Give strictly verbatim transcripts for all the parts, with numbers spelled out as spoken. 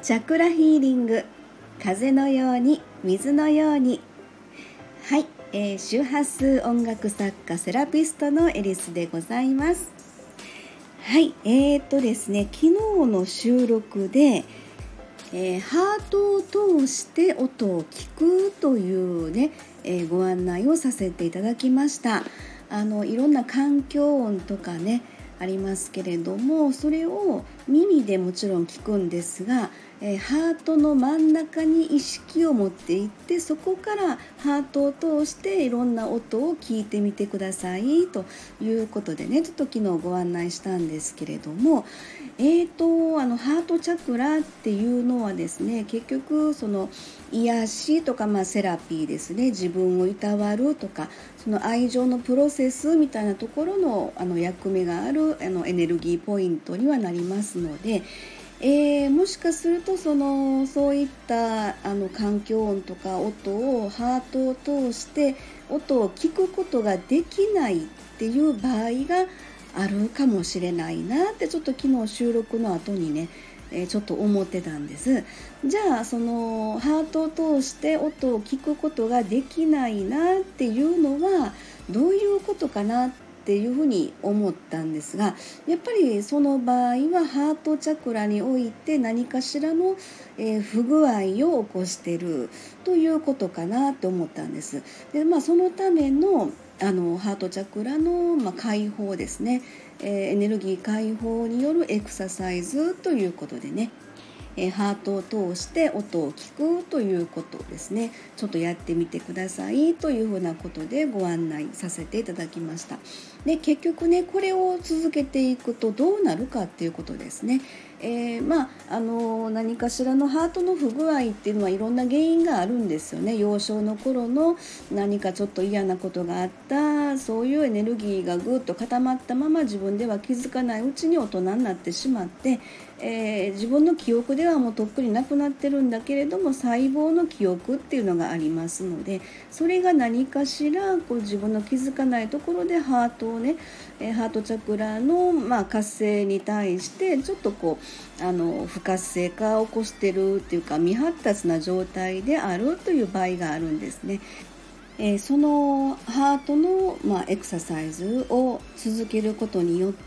チャクラヒーリング、風のように水のように。はい、えー、周波数音楽作家セラピストのエリスでございます。はい、えーとですね昨日の収録で、えー、ハートを通して音を聞くというね、えー、ご案内をさせていただきました。あのいろんな環境音とかねありますけれども、それを耳でもちろん聞くんですが、えー、ハートの真ん中に意識を持っていって、そこからハートを通していろんな音を聞いてみてくださいということでね、ちょっと昨日ご案内したんですけれども、えーとあのハートチャクラっていうのはですね、結局その癒しとか、まあ、セラピーですね、自分をいたわるとか、その愛情のプロセスみたいなところの、あの役目があるあのエネルギーポイントにはなりますので、えー、もしかするとそのそういったあの環境音とか音をハートを通して音を聞くことができないっていう場合があるかもしれないなって、ちょっと昨日収録の後にね、えー、ちょっと思ってたんです。じゃあそのハートを通して音を聞くことができないなっていうのはどういうことかなっていうふうに思ったんですが、やっぱりその場合はハートチャクラにおいて何かしらの、えー、不具合を起こしているということかなと思ったんです。で、まあ、そのためのあのハートチャクラの、まあ、解放ですね、えー、エネルギー解放によるエクササイズということでね、えー、ハートを通して音を聞くということをですね、ちょっとやってみてくださいというふうなことでご案内させていただきました。で、結局ね、これを続けていくとどうなるかっていうことですね。えー、まああの何かしらのハートの不具合っていうのはいろんな原因があるんですよね。幼少の頃の何かちょっと嫌なことがあった、そういうエネルギーがぐっと固まったまま自分では気づかないうちに大人になってしまって、えー、自分の記憶ではもうとっくになくなってるんだけれども、細胞の記憶っていうのがありますので、それが何かしらこう自分の気づかないところでハートをね、えー、ハートチャクラの、まあ、活性に対してちょっとこうあの不活性化を起こしてるっていうか、未発達な状態であるという場合があるんですね。えー、そのハートの、まあ、エクササイズを続けることによって、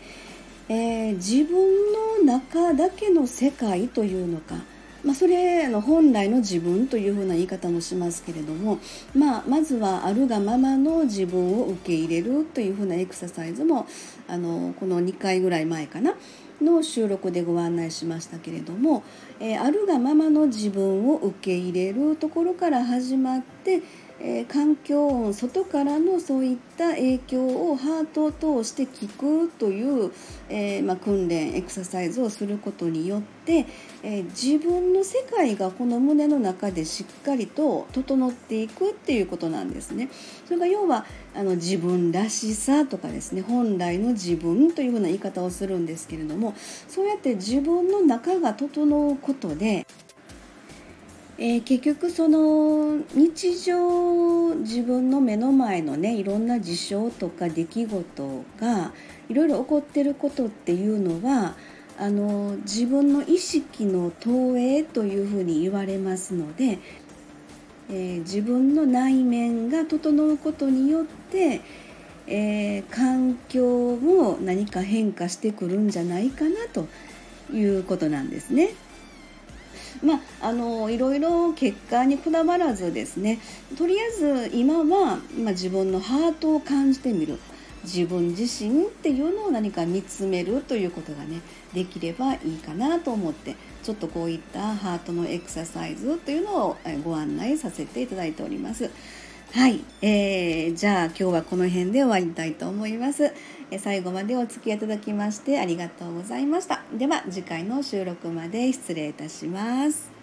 えー、自分の中だけの世界というのか、まあ、それの本来の自分というふうな言い方もしますけれども、まあ、まずはあるがままの自分を受け入れるというふうなエクササイズもあのこのにかいぐらい前かなの収録でご案内しましたけれども、えー、あるがままの自分を受け入れるところから始まって、えー、環境音、外からのそういった影響をハートを通して聞くという、えーまあ、訓練エクササイズをすることによって、えー、自分の世界がこの胸の中でしっかりと整っていくっていうことなんですね。それが要はあの自分らしさとかですね、本来の自分というふうな言い方をするんですけれども、そうやって自分の中が整うことで、えー、結局その日常自分の目の前のね、いろんな事象とか出来事がいろいろ起こってることっていうのは、あの自分の意識の投影というふうに言われますので、えー、自分の内面が整うことによって、えー、環境も何か変化してくるんじゃないかなということなんですね。まあ、あのいろいろ結果にこだわらずですね、とりあえず今は、まあ、自分のハートを感じてみる、自分自身っていうのを何か見つめるということがねできればいいかなと思って、ちょっとこういったハートのエクササイズというのをご案内させていただいております。はい、えー、じゃあ今日はこの辺で終わりたいと思います。え最後までお付き合いいただきましてありがとうございました。では次回の収録まで失礼いたします。